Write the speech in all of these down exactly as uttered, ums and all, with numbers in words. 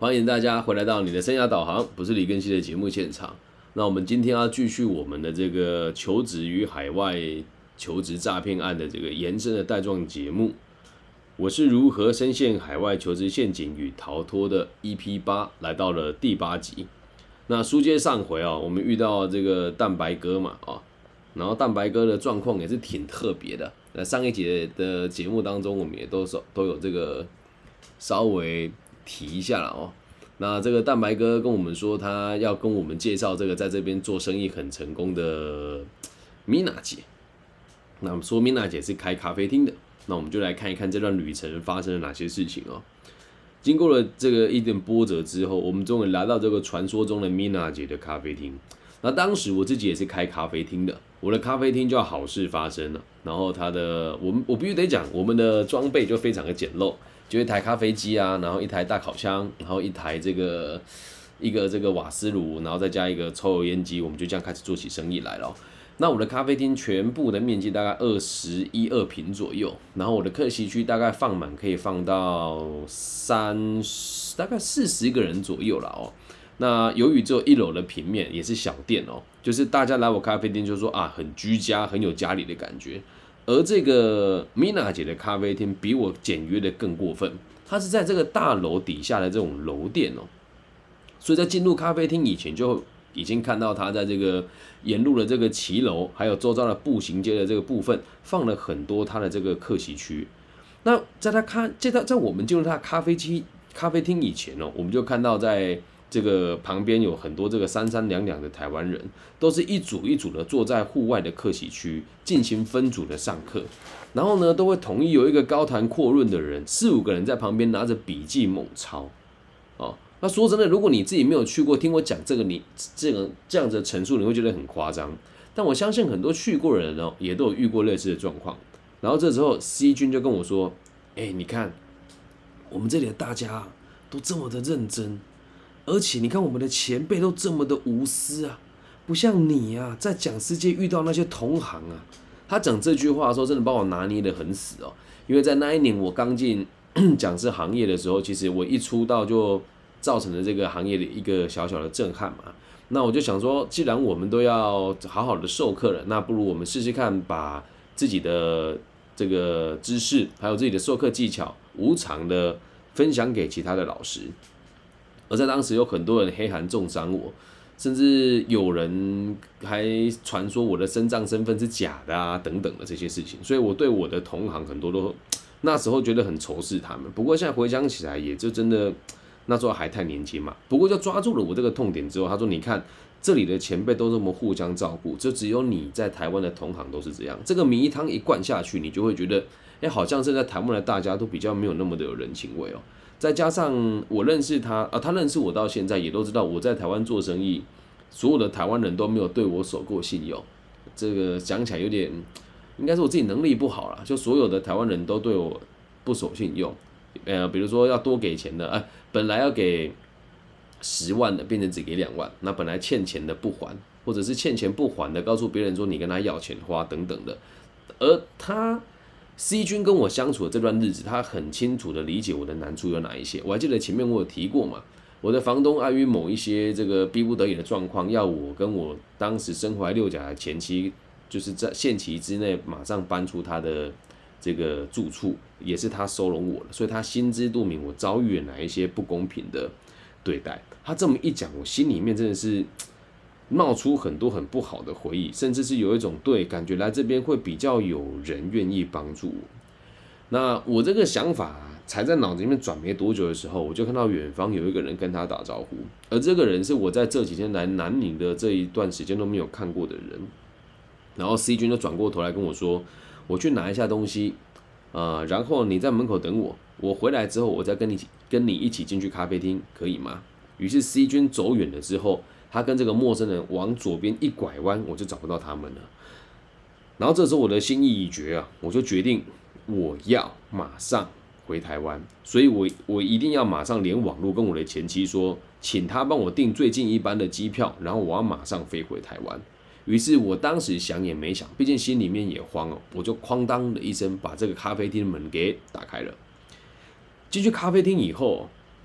欢迎大家回来到你的生涯导航，不是李根熙的节目现场。那我们今天要继续我们的这个求职与海外求职诈骗案的这个延伸的带状节目。我是如何深陷海外求职陷阱与逃脱的 E P 八，来到了第八集。那书接上回啊，我们遇到这个蛋白哥嘛啊，然后蛋白哥的状况也是挺特别的。那上一节的节目当中，我们也都都有这个稍微提一下了哦。那这个蛋白哥跟我们说，他要跟我们介绍这个在这边做生意很成功的 Mina 姐。那我们说 Mina 姐是开咖啡厅的，那我们就来看一看这段旅程发生了哪些事情哦。经过了这个一点波折之后，我们终于来到这个传说中的 Mina 姐的咖啡厅。那当时我自己也是开咖啡厅的，我的咖啡厅叫好事发生了。然后他的我们我必须得讲，我们的装备就非常的简陋。就一台咖啡机啊，然后一台大烤箱，然后一台这个一个这个瓦斯炉，然后再加一个抽油烟机，我们就这样开始做起生意来了。那我的咖啡厅全部的面积大概二十一二平左右，然后我的客席区大概放满可以放到三大概四十个人左右了哦。那由于只有一楼的平面，也是小店哦，就是大家来我咖啡厅就说啊，很居家，很有家里的感觉。而这个 Mina 姐的咖啡厅比我简约的更过分，它是在这个大楼底下的这种楼店哦，所以在进入咖啡厅以前就已经看到它在这个沿路的这个骑楼，还有周遭的步行街的这个部分放了很多它的这个客席区。那在它咖在它在我们进入它咖啡机咖啡厅以前哦，我们就看到在这个旁边有很多这个三三两两的台湾人，都是一组一组的坐在户外的客席区进行分组的上课，然后呢都会统一有一个高谈阔论的人，四五个人在旁边拿着笔记猛抄。哦，那说真的，如果你自己没有去过，听我讲这个你这个这样子的陈述，你会觉得很夸张。但我相信很多去过的人哦，也都有遇过类似的状况。然后这时候 C 君就跟我说：“哎、欸，你看我们这里的大家都这么的认真。”而且你看，我们的前辈都这么的无私啊，不像你啊，在讲师界遇到那些同行啊。他讲这句话的时候，真的把我拿捏得很死哦。因为在那一年我刚进讲师行业的时候，其实我一出道就造成了这个行业的一个小小的震撼嘛。那我就想说，既然我们都要好好的授课了，那不如我们试试看，把自己的这个知识还有自己的授课技巧无偿的分享给其他的老师。而在当时有很多人黑函重伤我，甚至有人还传说我的身障身份是假的啊，等等的这些事情，所以我对我的同行很多都那时候觉得很仇视他们。不过现在回想起来，也就真的那时候还太年轻嘛。不过就抓住了我这个痛点之后，他说：“你看这里的前辈都这么互相照顾，就只有你在台湾的同行都是这样。这个迷汤一灌下去，你就会觉得，哎，好像是在台湾的大家都比较没有那么的有人情味哦。”再加上我认识他啊，他认识我到现在，也都知道我在台湾做生意，所有的台湾人都没有对我守过信用。这个讲起来有点，应该是我自己能力不好啦，就所有的台湾人都对我不守信用。呃，比如说要多给钱的，哎、呃，本来要给十万的，变成只给两万，那本来欠钱的不还，或者是欠钱不还的，告诉别人说你跟他要钱花等等的，而他。C 君跟我相处的这段日子，他很清楚的理解我的难处有哪一些。我还记得前面我有提过嘛，我的房东碍于某一些这个逼不得已的状况，要我跟我当时身怀六甲的前妻，就是在限期之内马上搬出他的这个住处，也是他收容我的，所以他心知肚明我遭遇了哪一些不公平的对待。他这么一讲，我心里面真的是冒出很多很不好的回忆，甚至是有一种对感觉来这边会比较有人愿意帮助我。那我这个想法才在脑子里面转没多久的时候，我就看到远方有一个人跟他打招呼，而这个人是我在这几天来南宁的这一段时间都没有看过的人。然后 C 君就转过头来跟我说：“我去拿一下东西，呃，然后你在门口等我，我回来之后我再跟你跟你一起进去咖啡厅，可以吗？”于是 C 君走远了之后，他跟这个陌生人往左边一拐弯，我就找不到他们了。然后这时候我的心意已决啊，我就决定我要马上回台湾，所以我我一定要马上连网络跟我的前妻说，请他帮我订最近一班的机票，然后我要马上飞回台湾。于是我当时想也没想，毕竟心里面也慌哦，我就哐当的一声把这个咖啡厅的门给打开了。进去咖啡厅以后，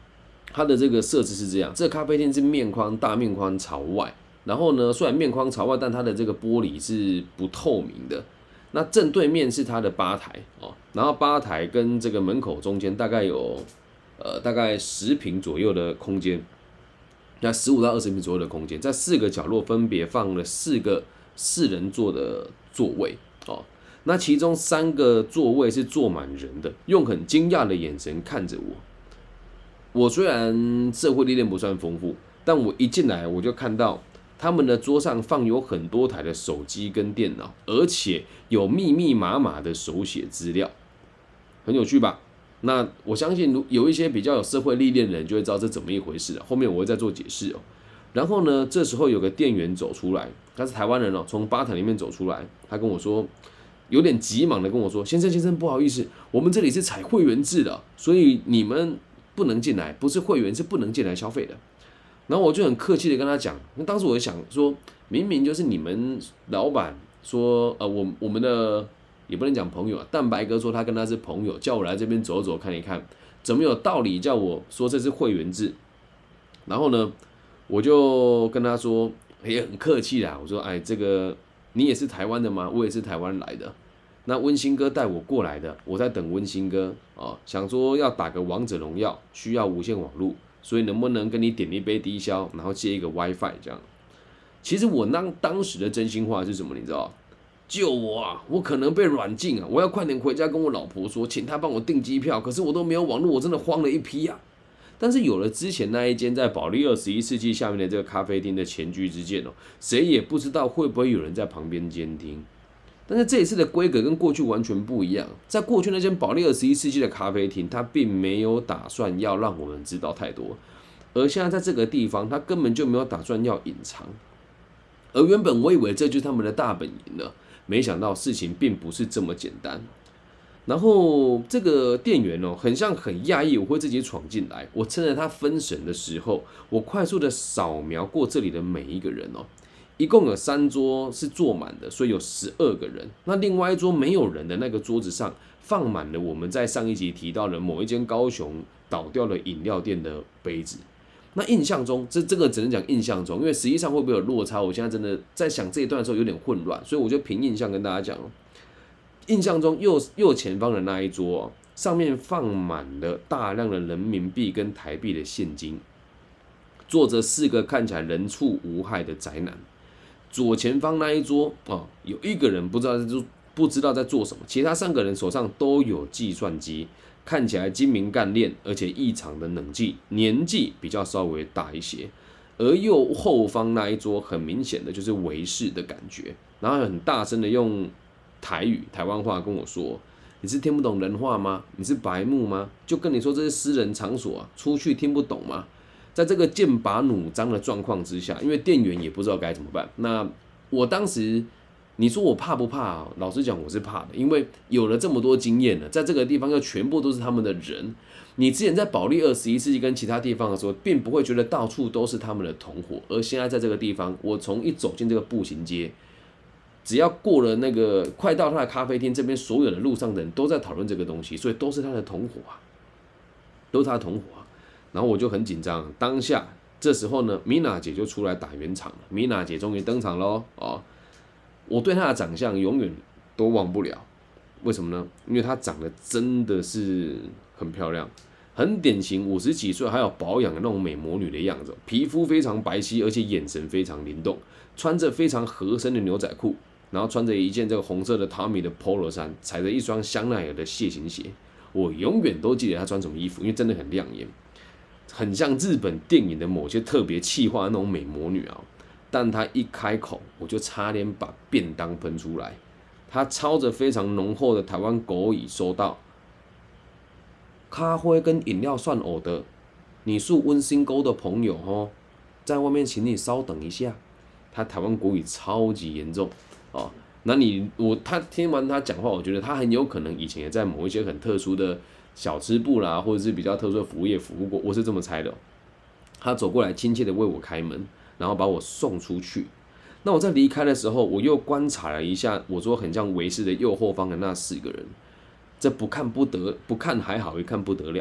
它的这个设置是这样，这个咖啡厅是面框大面框朝外，然后呢，虽然面框朝外，但它的这个玻璃是不透明的。那正对面是它的吧台哦，然后吧台跟这个门口中间大概有呃大概十平左右的空间，那十五到二十平左右的空间，在四个角落分别放了四个四人座的座位哦。那其中三个座位是坐满人的，用很惊讶的眼神看着我。我虽然社会历练不算丰富，但我一进来我就看到他们的桌上放有很多台的手机跟电脑，而且有密密麻麻的手写资料，很有趣吧？那我相信有一些比较有社会历练的人就会知道这怎么一回事了。后面我会再做解释哦。然后呢，这时候有个店员走出来，他是台湾人哦，从吧台里面走出来，他跟我说，有点急忙的跟我说：“先生先生，不好意思，我们这里是采会员制的，所以你们不能进来，不是会员是不能进来消费的。”然后我就很客气的跟他讲，那当时我就想说，明明就是你们老板说，呃，我我们的也不能讲朋友啊，蛋白哥说他跟他是朋友，叫我来这边走走看一看，怎么有道理叫我说这是会员制？然后呢，我就跟他说，也很客气啦，我说，哎，这个你也是台湾的吗？我也是台湾来的。那温馨哥带我过来的，我在等温馨哥哦，想说要打个王者荣耀，需要无线网络。所以能不能跟你点一杯低消，然后借一个 WiFi 这样？其实我当当时的真心话是什么？你知道？救我啊！我可能被软禁啊！我要快点回家跟我老婆说，请她帮我订机票。可是我都没有网络，我真的慌了一批啊！但是有了之前那一间在保利二十一世纪下面的这个咖啡厅的前居之鉴哦，谁也不知道会不会有人在旁边监听。但是这一次的规格跟过去完全不一样，在过去那间保利二十一世纪的咖啡厅，它并没有打算要让我们知道太多，而现在在这个地方，它根本就没有打算要隐藏。而原本我以为这就是他们的大本营了，没想到事情并不是这么简单。然后这个店员哦，很像很讶异我会自己闯进来。我趁着他分神的时候，我快速的扫描过这里的每一个人哦。一共有三桌是坐满的，所以有十二个人。那另外一桌没有人的那个桌子上放满了我们在上一集提到的某一间高雄倒掉了饮料店的杯子。那印象中，这这个只能讲印象中，因为实际上会不会有落差，我现在真的在想这一段的时候有点混乱，所以我就凭印象跟大家讲哦。印象中右右前方的那一桌哦，上面放满了大量的人民币跟台币的现金，坐着四个看起来人畜无害的宅男。左前方那一桌哦，有一个人不知道在做不知道在做什么，其他三个人手上都有计算机，看起来精明干练，而且异常的冷静，年纪比较稍微大一些。而右后方那一桌很明显的就是维士的感觉，然后很大声的用台语台湾话跟我说：“你是听不懂人话吗？你是白目吗？就跟你说这是私人场所啊，出去听不懂吗？”在这个剑拔弩张的状况之下，因为店员也不知道该怎么办。那我当时，你说我怕不怕啊？老实讲，我是怕的，因为有了这么多经验了，在这个地方又全部都是他们的人。你之前在保利二十一世纪跟其他地方的时候，并不会觉得到处都是他们的同伙，而现在在这个地方，我从一走进这个步行街，只要过了那个快到他的咖啡厅这边，所有的路上的人都在讨论这个东西，所以都是他的同伙啊，都是他的同伙啊。然后我就很紧张，当下这时候呢，米娜姐就出来打圆场了。米娜姐终于登场喽！哦，我对她的长相永远都忘不了，为什么呢？因为她长得真的是很漂亮，很典型五十几岁还有保养的那种美魔女的样子，皮肤非常白皙，而且眼神非常灵动，穿着非常合身的牛仔裤，然后穿着一件这个红色的 Tommy 的 Polo 衫，踩着一双香奈儿的楔形鞋。我永远都记得她穿什么衣服，因为真的很亮眼。很像日本电影的某些特别企划的那种美魔女啊，但她一开口，我就差点把便当喷出来。她操着非常浓厚的台湾国语说道：“咖啡跟饮料算我的，你是温馨沟的朋友哦，在外面请你稍等一下。”她台湾国语超级严重哦。那你我他听完他讲话，我觉得他很有可能以前也在某一些很特殊的小吃部啦，或者是比较特殊的服务业服务过，我是这么猜的哦。他走过来，亲切的为我开门，然后把我送出去。那我在离开的时候，我又观察了一下，我说很像维士的右后方的那四个人，这不看不得，不看还好，一看不得了。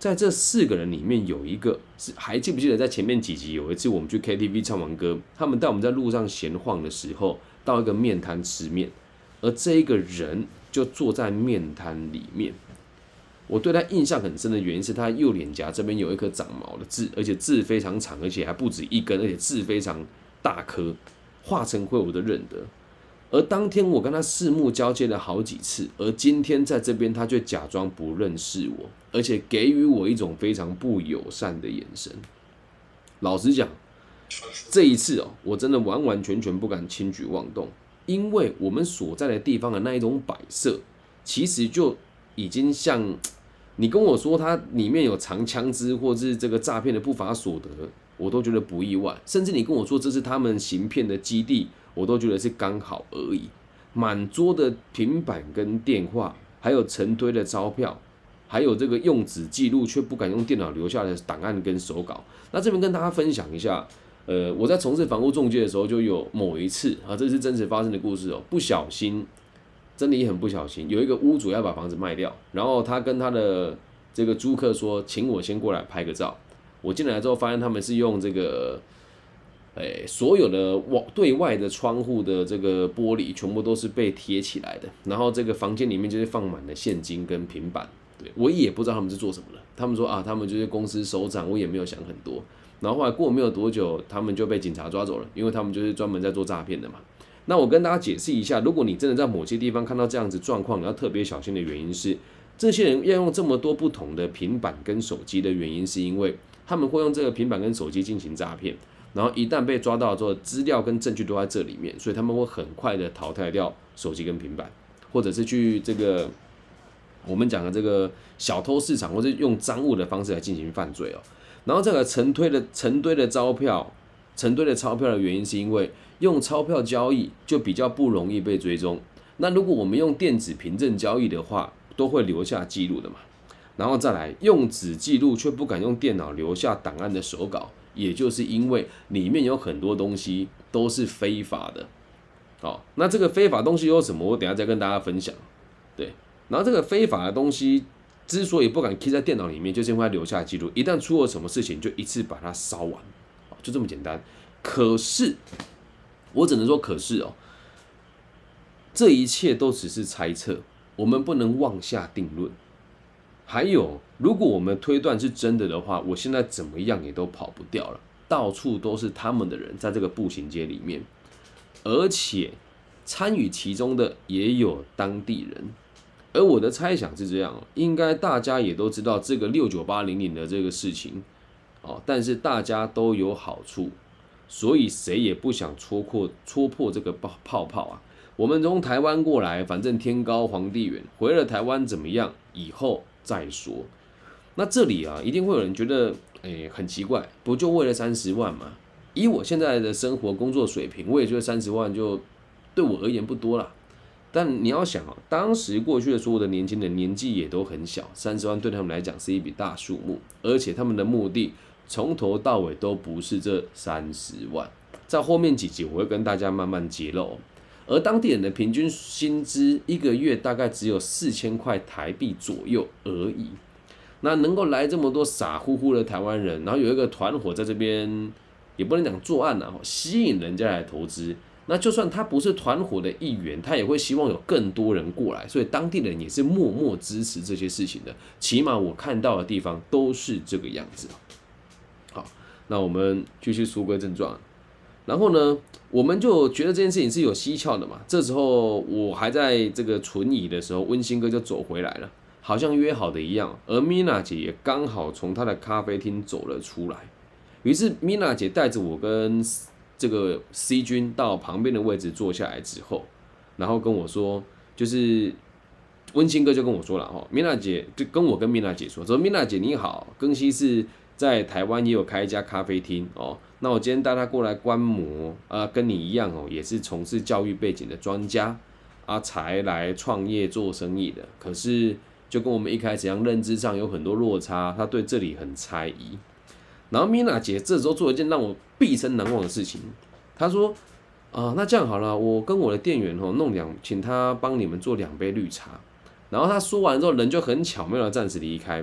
在这四个人里面有一个是还记不记得在前面几集有一次我们去 K T V 唱完歌，他们带我们在路上闲晃的时候，到一个面摊吃面，而这一个人就坐在面摊里面。我对他印象很深的原因是他右脸颊这边有一颗长毛的痣，而且痣非常长，而且还不止一根，而且痣非常大颗，化成灰我都认得。而当天我跟他四目交接了好几次，而今天在这边他却假装不认识我，而且给予我一种非常不友善的眼神。老实讲，这一次哦，我真的完完全全不敢轻举妄动，因为我们所在的地方的那一种摆设，其实就已经像你跟我说它里面有藏枪支或是这个诈骗的不法所得，我都觉得不意外。甚至你跟我说这是他们行骗的基地，我都觉得是刚好而已。满桌的平板跟电话，还有成堆的钞票，还有这个用纸记录却不敢用电脑留下的档案跟手稿。那这边跟大家分享一下，呃，我在从事房屋仲介的时候，就有某一次啊，这是真实发生的故事哦，不小心。真的也很不小心，有一个屋主要把房子卖掉，然后他跟他的这个租客说，请我先过来拍个照。我进来之后发现他们是用这个，诶，所有的对外的窗户的这个玻璃全部都是被贴起来的，然后这个房间里面就是放满了现金跟平板。对，我也不知道他们是做什么的，他们说啊，他们就是公司首长，我也没有想很多。然后后来过没有多久，他们就被警察抓走了，因为他们就是专门在做诈骗的嘛。那我跟大家解释一下，如果你真的在某些地方看到这样子状况，你要特别小心的原因是，这些人要用这么多不同的平板跟手机的原因，是因为他们会用这个平板跟手机进行诈骗，然后一旦被抓到之后，资料跟证据都在这里面，所以他们会很快的淘汰掉手机跟平板，或者是去这个我们讲的这个小偷市场，或是用赃物的方式来进行犯罪哦。然后这个成堆的成堆的钞票。成堆的钞票的原因是因为用钞票交易就比较不容易被追踪。那如果我们用电子凭证交易的话，都会留下记录的嘛。然后再来用纸记录却不敢用电脑留下档案的手稿，也就是因为里面有很多东西都是非法的。好，那这个非法东西有什么？我等一下再跟大家分享。对，然后这个非法的东西之所以不敢 keep 在电脑里面，就是因为它留下记录，一旦出了什么事情，就一次把它烧完。就这么简单，可是我只能说，可是哦，这一切都只是猜测，我们不能妄下定论。还有，如果我们推断是真的的话，我现在怎么样也都跑不掉了，到处都是他们的人在这个步行街里面，而且参与其中的也有当地人。而我的猜想是这样，应该大家也都知道这个六九八零零的这个事情。哦，但是大家都有好处，所以谁也不想戳破戳破这个泡泡啊！我们从台湾过来，反正天高皇帝远，回了台湾怎么样？以后再说。那这里啊，一定会有人觉得，哎，很奇怪，不就为了三十万吗？以我现在的生活工作水平，我也觉得三十万就对我而言不多啦。但你要想啊，当时过去的所有的年轻人年纪也都很小，三十万对他们来讲是一笔大数目，而且他们的目的。从头到尾都不是这三十万，在后面几集我会跟大家慢慢揭露。而当地人的平均薪资一个月大概只有四千块台币左右而已。那能够来这么多傻乎乎的台湾人，然后有一个团伙在这边，也不能讲作案啊，吸引人家来投资。那就算他不是团伙的一员，他也会希望有更多人过来，所以当地人也是默默支持这些事情的。起码我看到的地方都是这个样子。好，那我们继续书归正传。然后呢，我们就觉得这件事情是有蹊跷的嘛。这时候我还在这个存疑的时候，温馨哥就走回来了，好像约好的一样。而米娜姐也刚好从她的咖啡厅走了出来。于是米娜姐带着我跟这个 C 君到旁边的位置坐下来之后，然后跟我说，就是温馨哥就跟我说了哈，米娜姐就跟我跟米娜姐说，说米娜姐你好，更新是。在台湾也有开一家咖啡厅哦，那我今天带他过来观摩啊，跟你一样哦，也是从事教育背景的专家啊，才来创业做生意的。可是就跟我们一开始一样，认知上有很多落差，他对这里很猜疑。然后米娜姐这时候做了一件让我毕生难忘的事情，她说啊，那这样好了，我跟我的店员哦弄两，请他帮你们做两杯绿茶。然后他说完之后，人就很巧妙的暂时离开。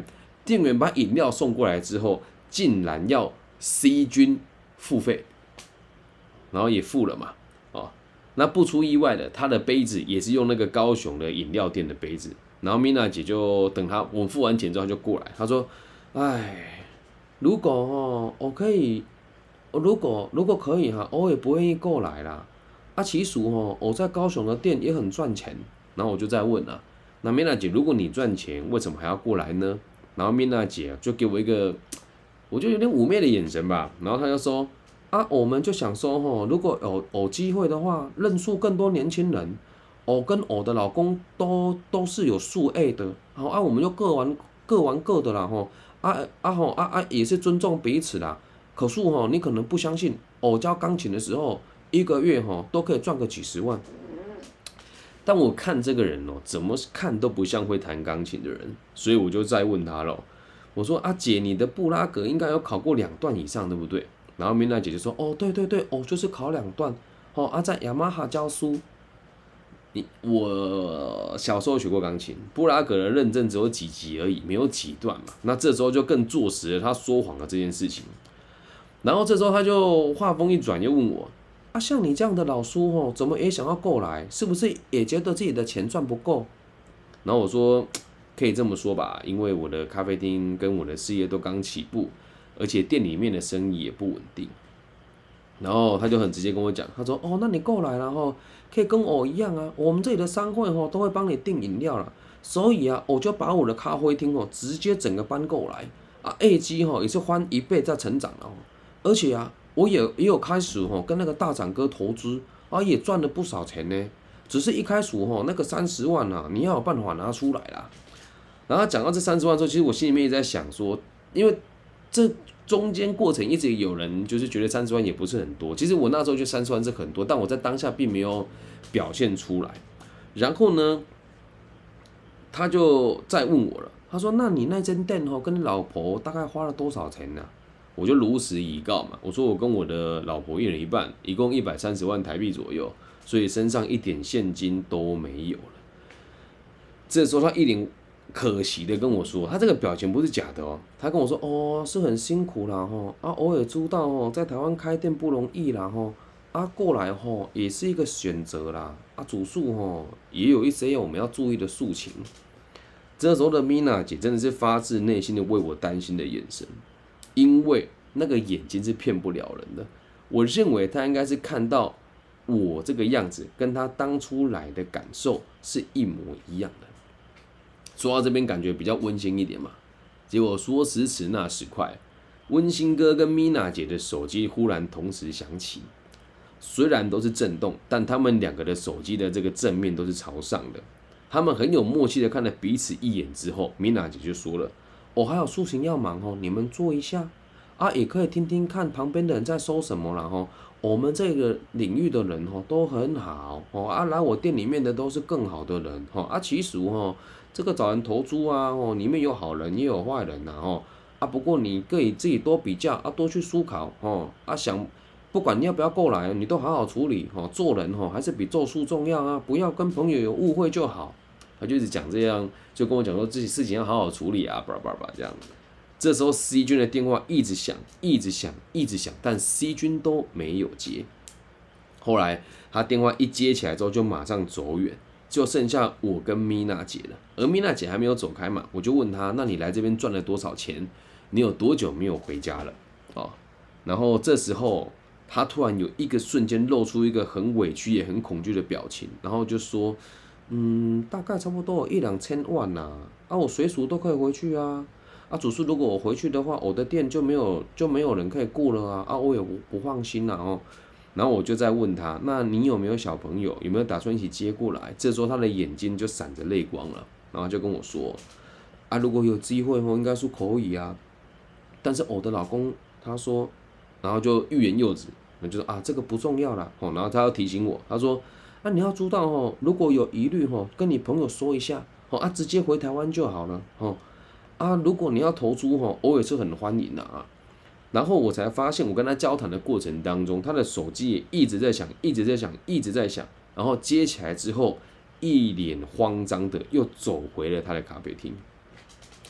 店员把饮料送过来之后，竟然要 C 君付费，然后也付了嘛，哦，那不出意外的，他的杯子也是用那个高雄的饮料店的杯子，然后 Mina 姐就等他，我们付完钱之后就过来，她说，哎，如果哦，我可以，如果如果可以哈，我也不愿意过来啦。啊，其实哦，我在高雄的店也很赚钱。然后我就在问啊，那 Mina 姐，如果你赚钱，为什么还要过来呢？然后 Mina 姐就给我一个，我就有点妩媚的眼神吧。然后她就说，啊，我们就想说吼，如果有有机会的话，认识更多年轻人。我跟我的老公都都是有数 A 的，好啊，我们就各玩各玩各的啦吼。啊啊吼啊啊，也是尊重彼此啦。可是吼，你可能不相信，我教钢琴的时候，一个月吼都可以赚个几十万。但我看这个人哦，怎么看都不像会弹钢琴的人，所以我就再问他了。我说：“阿姐，你的布拉格应该有考过两段以上，对不对？”然后米娜姐就说：“哦，对对对，哦，就是考两段。哦，啊，在雅马哈教书。你我小时候学过钢琴，布拉格的认证只有几级而已，没有几段嘛。那这时候就更坐实了他说谎的这件事情。然后这时候他就话锋一转，又问我。”啊，像你这样的老叔吼，怎么也想要过来？是不是也觉得自己的钱赚不够？然后我说，可以这么说吧，因为我的咖啡厅跟我的事业都刚起步，而且店里面的生意也不稳定。然后他就很直接跟我讲，他说，哦，那你过来了吼，可以跟我一样啊，我们这里的商会吼都会帮你订饮料啦，所以啊，我就把我的咖啡厅吼直接整个搬过来啊，A 机吼也是翻一倍在成长了，而且啊。我也也有开始吼跟那个大展哥投资啊，也赚了不少钱呢。只是一开始吼那个三十万啊，你要有办法拿出来啦。然后讲到这三十万之后，其实我心里面一直在想说，因为这中间过程一直有人就是觉得三十万也不是很多。其实我那时候觉得三十万是很多，但我在当下并没有表现出来。然后呢，他就再问我了，他说：“那你那间店吼跟你老婆大概花了多少钱呢、啊？”我就如实以告嘛，我说我跟我的老婆一人一半，一共一百三十万台币左右，所以身上一点现金都没有了。这时候他一脸可惜的跟我说，他这个表情不是假的哦，他跟我说哦是很辛苦啦吼，啊偶尔知道哦在台湾开店不容易啦吼，啊过来吼也是一个选择啦，啊主诉吼也有一些我们要注意的事情。这时候的 Mina 姐真的是发自内心的为我担心的眼神。因为那个眼睛是骗不了人的，我认为他应该是看到我这个样子，跟他当初来的感受是一模一样的。说到这边感觉比较温馨一点嘛，结果说时迟那时快，温馨哥跟 Mina 姐的手机忽然同时响起，虽然都是震动，但他们两个的手机的这个正面都是朝上的。他们很有默契的看了彼此一眼之后 ，Mina 姐就说了。我、哦、还有事情要忙哦，你们做一下啊，也可以听听看旁边的人在说什么啦吼。我们这个领域的人吼都很好哦啊，来我店里面的都是更好的人吼啊。其实吼这个找人投资啊哦，里面有好人也有坏人呐吼啊。不过你可以自己多比较啊，多去思考哦啊，想不管你要不要过来，你都好好处理哦。做人吼还是比做事重要啊，不要跟朋友有误会就好。他就一直讲这样，就跟我讲说自己事情要好好处理啊，巴拉巴拉巴拉这样。这时候 C 君的电话一直响，一直响，一直响，但 C 君都没有接。后来他电话一接起来之后，就马上走远，就剩下我跟 Mina 姐了。而 Mina 姐还没有走开嘛，我就问她：那你来这边赚了多少钱？你有多久没有回家了？哦，然后这时候他突然有一个瞬间露出一个很委屈也很恐惧的表情，然后就说。嗯，大概差不多有一两千万呐、啊，啊，我随时都可以回去啊，啊，只是如果我回去的话，我的店就没有就没有人可以顾了啊，啊，我也不不放心啦、啊、哦，然后我就在问他，那你有没有小朋友，有没有打算一起接过来？这时候他的眼睛就闪着泪光了，然后就跟我说，啊，如果有机会哦，应该是可以啊，但是我的老公他说，然后就欲言又止，就说啊，这个不重要啦，哦，然后他要提醒我，他说。那、啊、你要知道哦，如果有疑虑哦，跟你朋友说一下哦，啊，直接回台湾就好了哦。啊，如果你要投资哦，我也是很欢迎的啊。然后我才发现，我跟他交谈的过程当中，他的手机也一直在响，一直在响，一直在响。然后接起来之后，一脸慌张的又走回了他的咖啡厅。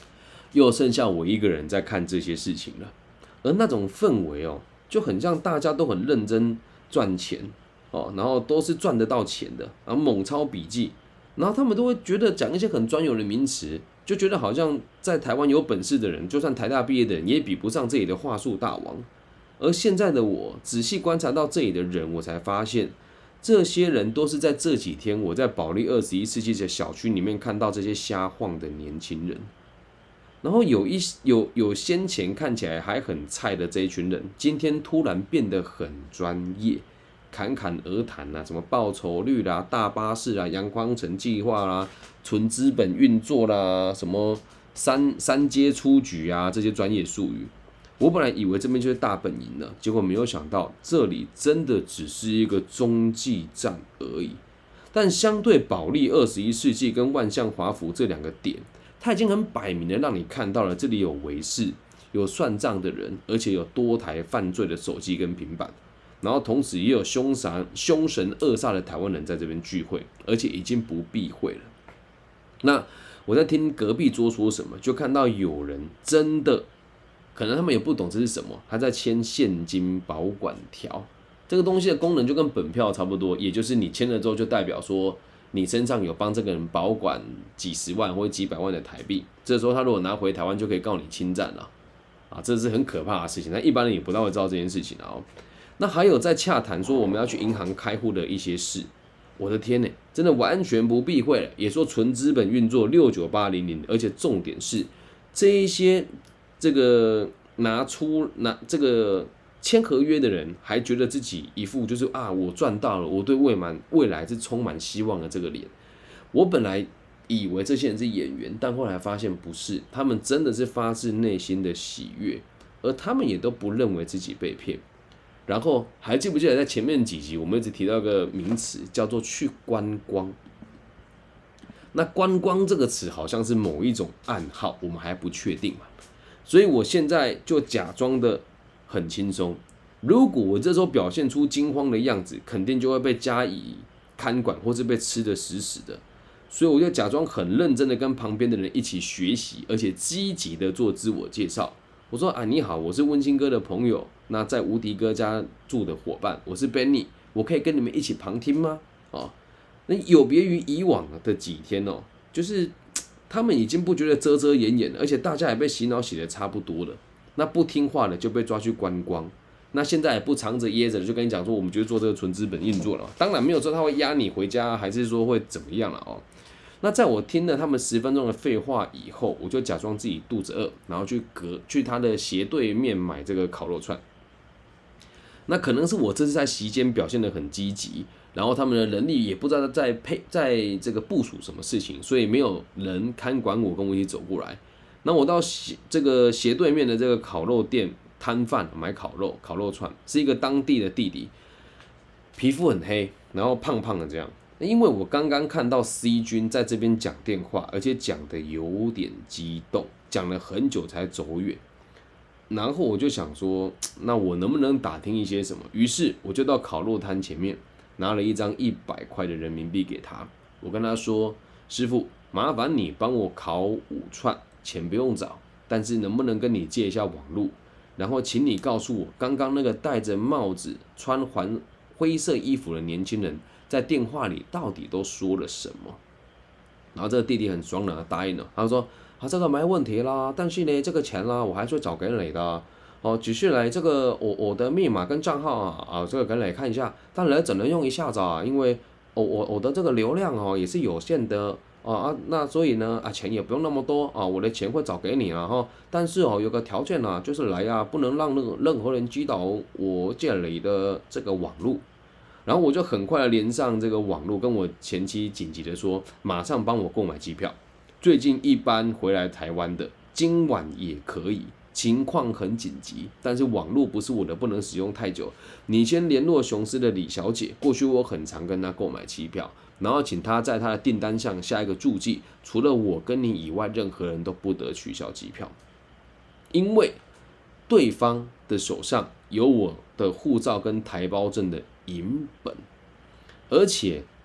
又剩下我一个人在看这些事情了。而那种氛围哦，就很像大家都很认真赚钱哦，然后都是赚得到钱的，然后猛抄笔记，然后他们都会觉得讲一些很专有的名词，就觉得好像在台湾有本事的人，就算台大毕业的人也比不上这里的话术大王。而现在的我仔细观察到这里的人，我才发现，这些人都是在这几天我在保利二十一世纪的小区里面看到这些瞎晃的年轻人。然后有一有有先前看起来还很菜的这一群人，今天突然变得很专业，侃侃而谈啊，什么报酬率啦、大巴士啦、阳光城计划啦、纯资本运作啦、什么三三阶出局啊，这些专业术语。我本来以为这边就是大本营了，结果没有想到这里真的只是一个中继站而已。但相对保利二十一世纪跟万象华府这两个点，它已经很摆明的让你看到了，这里有维士，有算账的人，而且有多台犯罪的手机跟平板，然后同时也有凶神凶神恶煞的台湾人在这边聚会，而且已经不避讳了。那我在听隔壁桌说什么，就看到有人真的，可能他们也不懂这是什么，他在签现金保管条。这个东西的功能就跟本票差不多，也就是你签了之后，就代表说你身上有帮这个人保管几十万或者几百万的台币。这时候他如果拿回台湾，就可以告你侵占了啊，这是很可怕的事情。但一般人也不大会知道这件事情啊。那还有在洽谈说我们要去银行开户的一些事，我的天呢，真的完全不避讳了，也说纯资本运作六九八零零，而且重点是这一些这个拿出拿这个。签合约的人还觉得自己一副就是啊，我赚到了，我对未满未来是充满希望的这个脸。我本来以为这些人是演员，但后来发现不是，他们真的是发自内心的喜悦，而他们也都不认为自己被骗。然后还记不记得在前面几集我们一直提到一个名词叫做去观光？那观光这个词好像是某一种暗号，我们还不确定嘛。所以我现在就假装的很轻松，如果我这时候表现出惊慌的样子，肯定就会被加以看管，或是被吃得死死的。所以我就假装很认真的跟旁边的人一起学习，而且积极的做自我介绍。我说啊，你好，我是温馨哥的朋友，那在无敌哥家住的伙伴，我是 Benny， 我可以跟你们一起旁听吗？哦，那有别于以往的几天哦，就是他们已经不觉得遮遮掩掩了，而且大家也被洗脑洗得差不多了。那不听话的就被抓去观光，那现在也不藏着掖着的，就跟你讲说，我们就做这个纯资本运作了。当然没有说他会押你回家，还是说会怎么样了哦。那在我听了他们十分钟的废话以后，我就假装自己肚子饿，然后去隔去他的斜对面买这个烤肉串。那可能是我这次在席间表现得很积极，然后他们的人力也不知道在配在这个部署什么事情，所以没有人看管我，跟我一起走过来。那我到斜这个斜对面的这个烤肉店摊贩买烤肉烤肉串，是一个当地的弟弟，皮肤很黑，然后胖胖的这样。因为我刚刚看到 C 君在这边讲电话，而且讲的有点激动，讲了很久才走远。然后我就想说，那我能不能打听一些什么？于是我就到烤肉摊前面拿了一张一百块的人民币给他，我跟他说：“师傅，麻烦你帮我烤五串。”钱不用找，但是能不能跟你借一下网路？然后请你告诉我，刚刚那个戴着帽子、穿环灰色衣服的年轻人在电话里到底都说了什么？然后这个弟弟很爽朗的答应了，他说：“啊，这个没问题啦，但是呢，这个钱啦，我还是会找给你的。哦，只是来这个我我的密码跟账号啊啊，这个给你看一下，但来只能用一下子啊，因为我我我的这个流量哦也是有限的。”哦啊，那所以呢啊，钱也不用那么多啊，我的钱会找给你了哈。但是哦，有个条件啊，就是来啊，不能让任任何人击倒我这里的这个网路。然后我就很快的连上这个网路，跟我前妻紧急的说，马上帮我购买机票。最近一班回来台湾的，今晚也可以。情况很紧急，但是网络不是我的，不能使用太久。你先联络雄狮的李小姐，过去我很常跟她购买机票，然后请她在她的订单上下一个注记，除了我跟你以外，任何人都不得取消机票，因为对方的手上有我的护照跟台胞证的影本，而且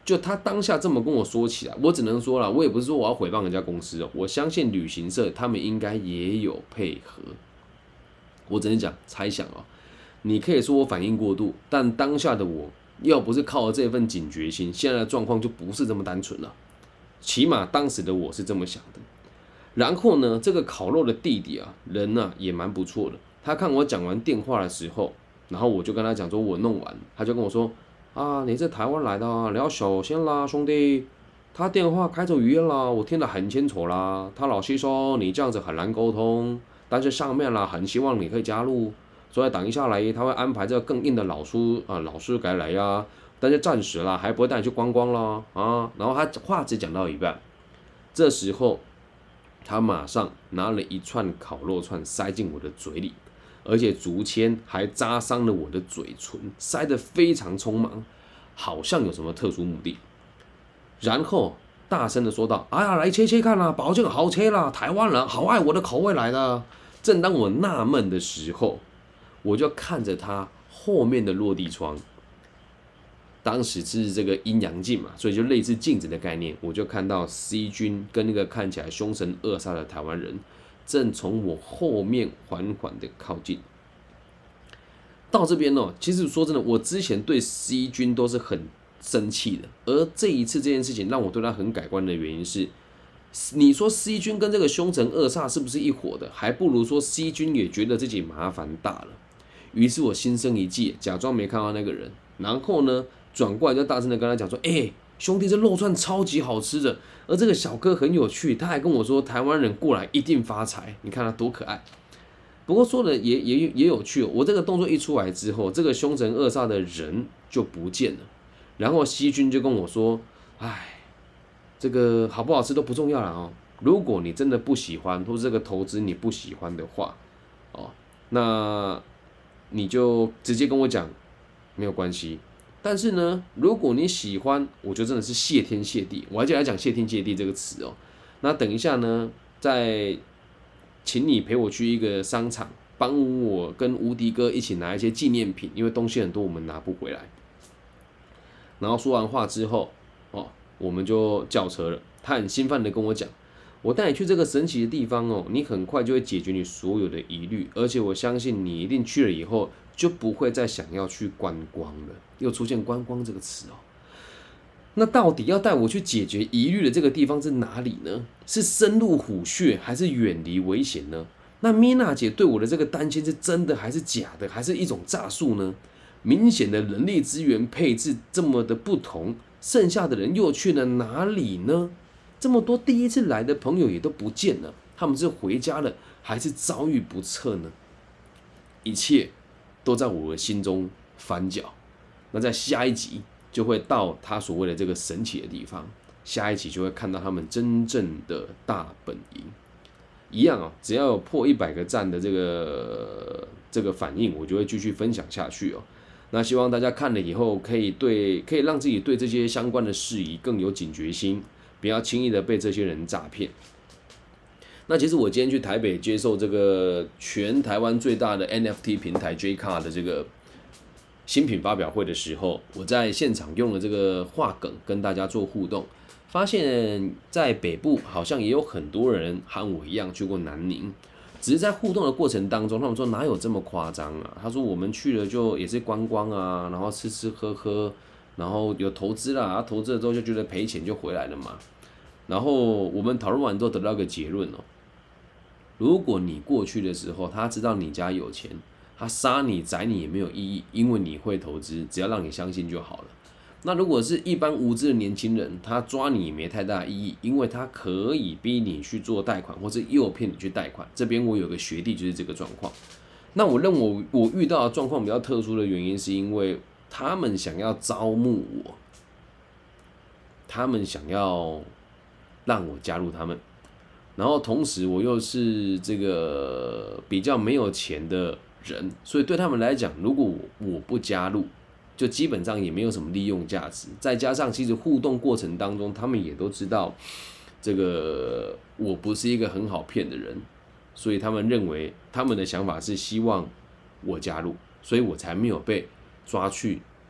就他当下这么跟我说起来，我只能说了，我也不是说我要诽谤人家公司哦，我相信旅行社他们应该也有配合。我只能讲猜想哦，你可以说我反应过度，但当下的我要不是靠了这份警觉心，现在的状况就不是这么单纯了。起码当时的我是这么想的。然后呢，这个烤肉的弟弟啊，人呢、啊、也蛮不错的。他看我讲完电话的时候，然后我就跟他讲说我弄完，他就跟我说啊，你是台湾来的啊，你要小心啦，兄弟。他电话开着语音啦，我听得很清楚啦。他老师说你这样子很难沟通，但是上面啦很希望你可以加入，所以等一下来他会安排这个更硬的老师啊，老师该来呀。但是暂时啦，还不会带你去观光啦啊。然后他话只讲到一半，这时候他马上拿了一串烤肉串塞进我的嘴里，而且竹签还扎伤了我的嘴唇，塞得非常匆忙，好像有什么特殊目的。然后大声的说道：“哎呀，来切切看啦、啊，保证好切啦，台湾人好爱我的口味来的。”正当我纳闷的时候，我就看着他后面的落地窗。当时是这个阴阳镜嘛，所以就类似镜子的概念，我就看到 C 君跟那个看起来凶神恶煞的台湾人，正从我后面缓缓的靠近。到这边哦，其实说真的，我之前对 C 君都是很生气的，而这一次这件事情让我对他很改观的原因是，你说 C 君跟这个凶神恶煞是不是一伙的？还不如说 C 君也觉得自己麻烦大了。于是我心生一计，假装没看到那个人，然后呢，转过来就大声的跟他讲说：“哎、欸，兄弟，这肉串超级好吃的，而这个小哥很有趣，他还跟我说台湾人过来一定发财，你看他多可爱。”不过说的也也也有趣、哦，我这个动作一出来之后，这个凶神恶煞的人就不见了。然后西君就跟我说：“哎，这个好不好吃都不重要了哦。如果你真的不喜欢，或是这个投资你不喜欢的话，哦，那你就直接跟我讲，没有关系。但是呢，如果你喜欢，我就真的是谢天谢地。我还记得讲谢天谢地这个词哦。那等一下呢，再请你陪我去一个商场，帮我跟无敌哥一起拿一些纪念品，因为东西很多，我们拿不回来。”然后说完话之后，哦，我们就叫车了。他很兴奋的跟我讲：“我带你去这个神奇的地方哦，你很快就会解决你所有的疑虑，而且我相信你一定去了以后就不会再想要去观光了。”又出现“观光”这个词哦。那到底要带我去解决疑虑的这个地方是哪里呢？是深入虎穴，还是远离危险呢？那米娜姐对我的这个担心是真的还是假的，还是一种诈术呢？明显的人力资源配置这么的不同，剩下的人又去了哪里呢？这么多第一次来的朋友也都不见了，他们是回家了，还是遭遇不测呢？一切都在我的心中翻搅。那在下一集就会到他所谓的这个神奇的地方，下一集就会看到他们真正的大本营。一样啊、哦，只要有破一百个赞的这个这个反应，我就会继续分享下去哦。那希望大家看了以后，可以对可以让自己对这些相关的事宜更有警觉心，不要轻易的被这些人诈骗。那其实我今天去台北接受这个全台湾最大的 N F T 平台 J C A R 的这个新品发表会的时候，我在现场用了这个话梗跟大家做互动，发现在北部好像也有很多人和我一样去过南宁。只是在互动的过程当中，他们说哪有这么夸张啊？他说我们去了就也是观光啊，然后吃吃喝喝，然后有投资啦，投资了之后就觉得赔钱就回来了嘛。然后我们讨论完之后得到一个结论哦，如果你过去的时候，他知道你家有钱，他杀你宰你也没有意义，因为你会投资，只要让你相信就好了。那如果是一般无知的年轻人，他抓你也没太大意义，因为他可以逼你去做贷款，或是诱骗你去贷款。这边我有个学弟就是这个状况。那我认为我遇到的状况比较特殊的原因，是因为他们想要招募我，他们想要让我加入他们，然后同时我又是这个比较没有钱的人，所以对他们来讲，如果我不加入，就基本上也没有什么利用价值。再加上其实互动过程当中，他们也都知道这个我不是一个很好骗的人，所以他们认为他们的想法是希望我加入，所以我才没有被抓去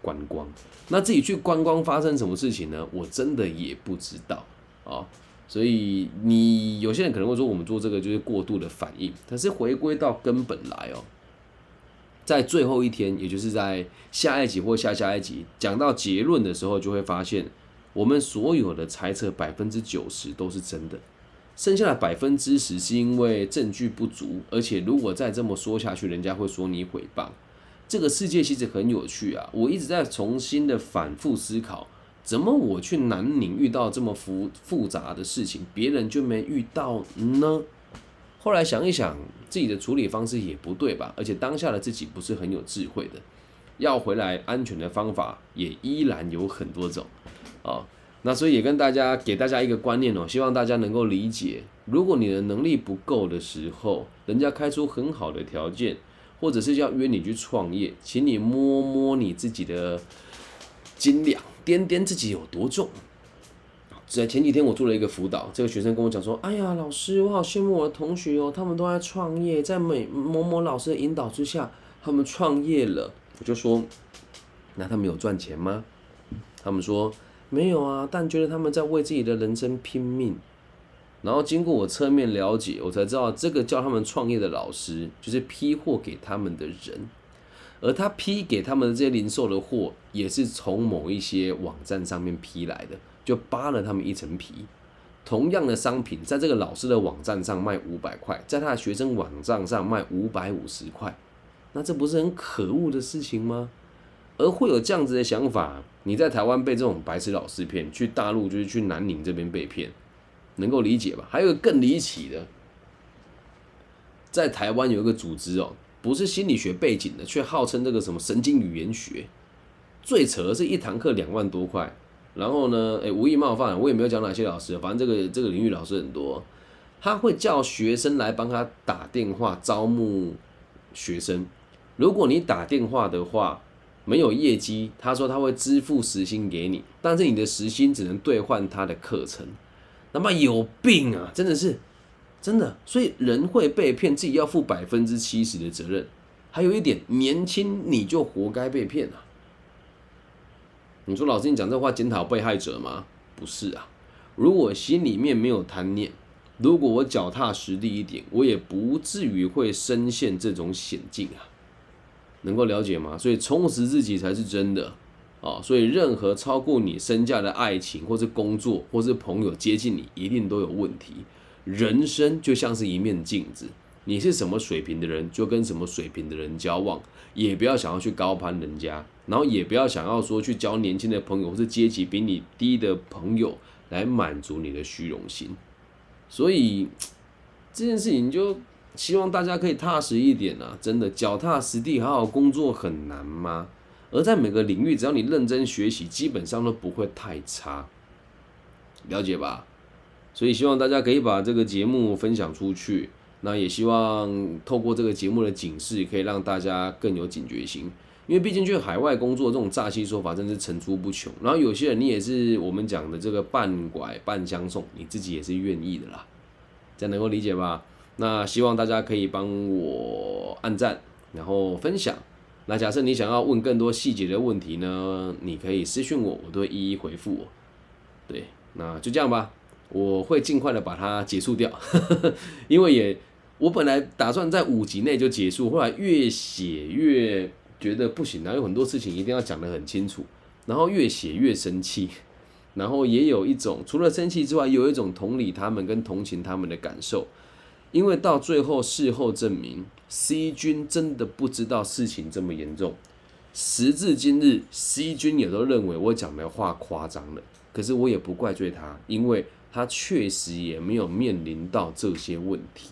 观光。那自己去观光发生什么事情呢？我真的也不知道啊。所以你有些人可能会说，我们做这个就是过度的反应，但是回归到根本来哦，在最后一天，也就是在下一集或下下一集讲到结论的时候，就会发现我们所有的猜测百分之九十都是真的。剩下的百分之十是因为证据不足，而且如果再这么说下去，人家会说你诽谤。这个世界其实很有趣啊，我一直在重新的反复思考，怎么我去南宁遇到这么复复杂的事情，别人就没遇到呢？后来想一想，自己的处理方式也不对吧，而且当下的自己不是很有智慧的，要回来安全的方法也依然有很多种啊。那所以也跟大家给大家一个观念哦，希望大家能够理解，如果你的能力不够的时候，人家开出很好的条件，或者是要约你去创业，请你摸摸你自己的斤两，掂掂自己有多重。在前几天我做了一个辅导，这个学生跟我讲说：“哎呀，老师，我好羡慕我的同学哦，他们都在创业，在某某某老师的引导之下，他们创业了。”我就说：“那他们有赚钱吗？”他们说：“没有啊，但觉得他们在为自己的人生拼命。”然后经过我侧面了解，我才知道这个教他们创业的老师，就是批货给他们的人，而他批给他们的这些零售的货，也是从某一些网站上面批来的，就扒了他们一层皮。同样的商品，在这个老师的网站上卖五百块，在他的学生网站上卖五百五十块，那这不是很可恶的事情吗？而会有这样子的想法，你在台湾被这种白痴老师骗，去大陆就是去南宁这边被骗，能够理解吧？还有一个更离奇的，在台湾有一个组织哦，不是心理学背景的，却号称这个什么神经语言学，最扯的是一堂课两万多块。然后呢，哎，无意冒犯，我也没有讲哪些老师，反正这个这个领域老师很多，他会叫学生来帮他打电话招募学生。如果你打电话的话，没有业绩，他说他会支付时薪给你，但是你的时薪只能兑换他的课程。他妈有病啊！真的是，真的。所以人会被骗，自己要负百分之七十的责任。还有一点，年轻你就活该被骗啊！你说老师，你讲这话检讨被害者吗？不是啊。如果心里面没有贪念，如果我脚踏实地一点，我也不至于会深陷这种险境啊。能够了解吗？所以充实自己才是真的啊！所以任何超过你身价的爱情，或是工作，或是朋友接近你，一定都有问题。人生就像是一面镜子，你是什么水平的人，就跟什么水平的人交往，也不要想要去高攀人家，然后也不要想要说去交年轻的朋友，或是阶级比你低的朋友来满足你的虚荣心。所以这件事情就希望大家可以踏实一点啊！真的，脚踏实地，好好工作很难吗？而在每个领域，只要你认真学习，基本上都不会太差，了解吧？所以希望大家可以把这个节目分享出去，那也希望透过这个节目的警示，可以让大家更有警觉心。因为毕竟去海外工作这种诈欺手法真是层出不穷，然后有些人你也是我们讲的这个半拐半相送，你自己也是愿意的啦，这样能够理解吧？那希望大家可以帮我按赞，然后分享。那假设你想要问更多细节的问题呢，你可以私讯我，我都会一一回复我。对，那就这样吧，我会尽快的把它结束掉，因为也我本来打算在五集内就结束，后来越写越觉得不行啊，有很多事情一定要讲得很清楚，然后越写越生气，然后也有一种除了生气之外，有一种同理他们跟同情他们的感受。因为到最后事后证明 ，C 君真的不知道事情这么严重。时至今日 ，C 君也都认为我讲的话夸张了，可是我也不怪罪他，因为他确实也没有面临到这些问题，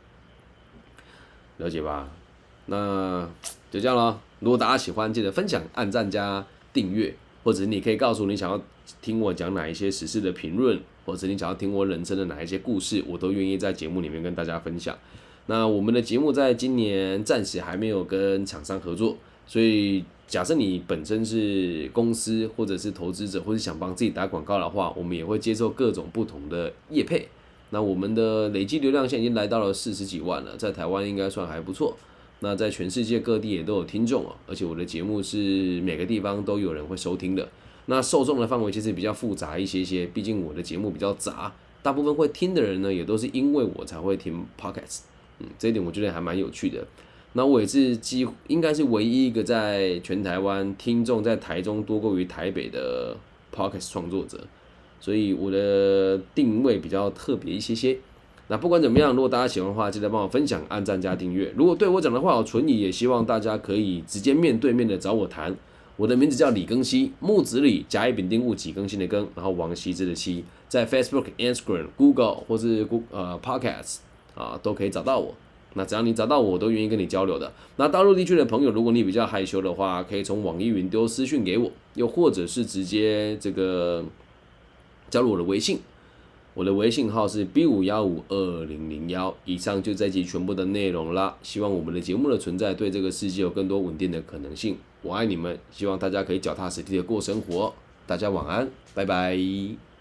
了解吧？那就这样咯。如果大家喜欢，记得分享、按赞加订阅，或者你可以告诉你想要听我讲哪一些时事的评论。或者你想要听我人生的哪一些故事，我都愿意在节目里面跟大家分享。那我们的节目在今年暂时还没有跟厂商合作，所以假设你本身是公司或者是投资者，或者想帮自己打广告的话，我们也会接受各种不同的业配。那我们的累积流量现在已经来到了四十几万了，在台湾应该算还不错。 那在全世界各地也都有听众哦，而且我的节目是每个地方都有人会收听的。那受众的范围其实比较复杂一些些，毕竟我的节目比较杂，大部分会听的人呢，也都是因为我才会听 podcast。嗯，这一点我觉得还蛮有趣的。那我也是几乎应该是唯一一个在全台湾听众在台中多过于台北的 podcast 创作者，所以我的定位比较特别一些些。那不管怎么样，如果大家喜欢的话，记得帮我分享、按赞加订阅。如果对我讲的话有存疑，也希望大家可以直接面对面的找我谈。我的名字叫李庚希，木子李，甲乙丙丁戊己庚辛的庚，然后王羲之的羲，在 Facebook、Instagram、Google 或是 Google 呃 Podcast 啊都可以找到我。那只要你找到我，我都愿意跟你交流的。那大陆地区的朋友，如果你比较害羞的话，可以从网易云丢私讯给我，又或者是直接这个加入我的微信。我的微信号是 B 五一五二零零一。以上就这集全部的内容啦。希望我们的节目的存在对这个世界有更多稳定的可能性。我爱你们，希望大家可以脚踏实地的过生活。大家晚安，拜拜。